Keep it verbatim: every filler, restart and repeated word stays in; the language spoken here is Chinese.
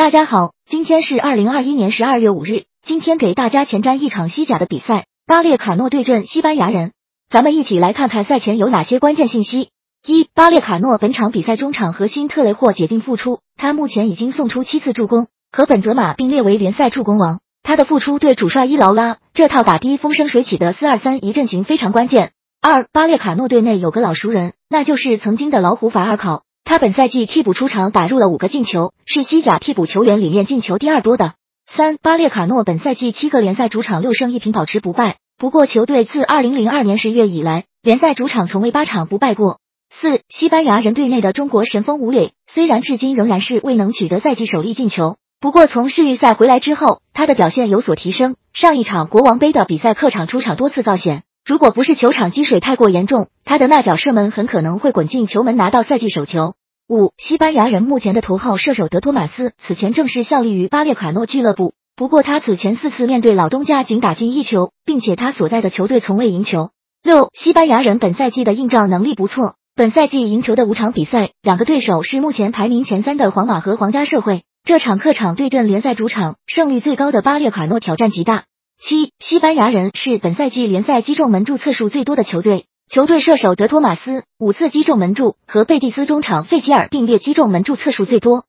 大家好，今天是二零二一年十二月五日，今天给大家前瞻一场西甲的比赛，巴列卡诺对阵西班牙人。咱们一起来看看赛前有哪些关键信息。一、巴列卡诺本场比赛中场核心特雷霍解禁复出，他目前已经送出七次助攻，和本泽马并列为联赛助攻王。他的复出对主帅伊劳拉这套打的风生水起的四二三一阵型非常关键。二、巴列卡诺队内有个老熟人，那就是曾经的老虎法尔考。他本赛季替补出场打入了五个进球，是西甲替补球员里面进球第二多的。三、巴列卡诺本赛季七个联赛主场六胜一平保持不败，不过球队自二零零二年十月以来，联赛主场从未八场不败过。四、西班牙人队内的中国神锋吴磊，虽然至今仍然是未能取得赛季首粒进球，不过从世预赛回来之后，他的表现有所提升，上一场国王杯的比赛客场出场多次造险，如果不是球场积水太过严重，他的那脚射门很可能会滚进球门拿到赛季首球。五、西班牙人目前的头号射手德托马斯，此前正式效力于巴列卡诺俱乐部，不过他此前四次面对老东家仅打进一球，并且他所在的球队从未赢球。六、西班牙人本赛季的硬仗能力不错，本赛季赢球的五场比赛，两个对手是目前排名前三的皇马和皇家社会，这场客场对阵联赛主场胜率最高的巴列卡诺挑战极大。七、西班牙人是本赛季联赛击中门柱次数最多的球队。球队射手德托马斯五次击中门柱，和贝蒂斯中场费吉尔并列击中门柱次数最多。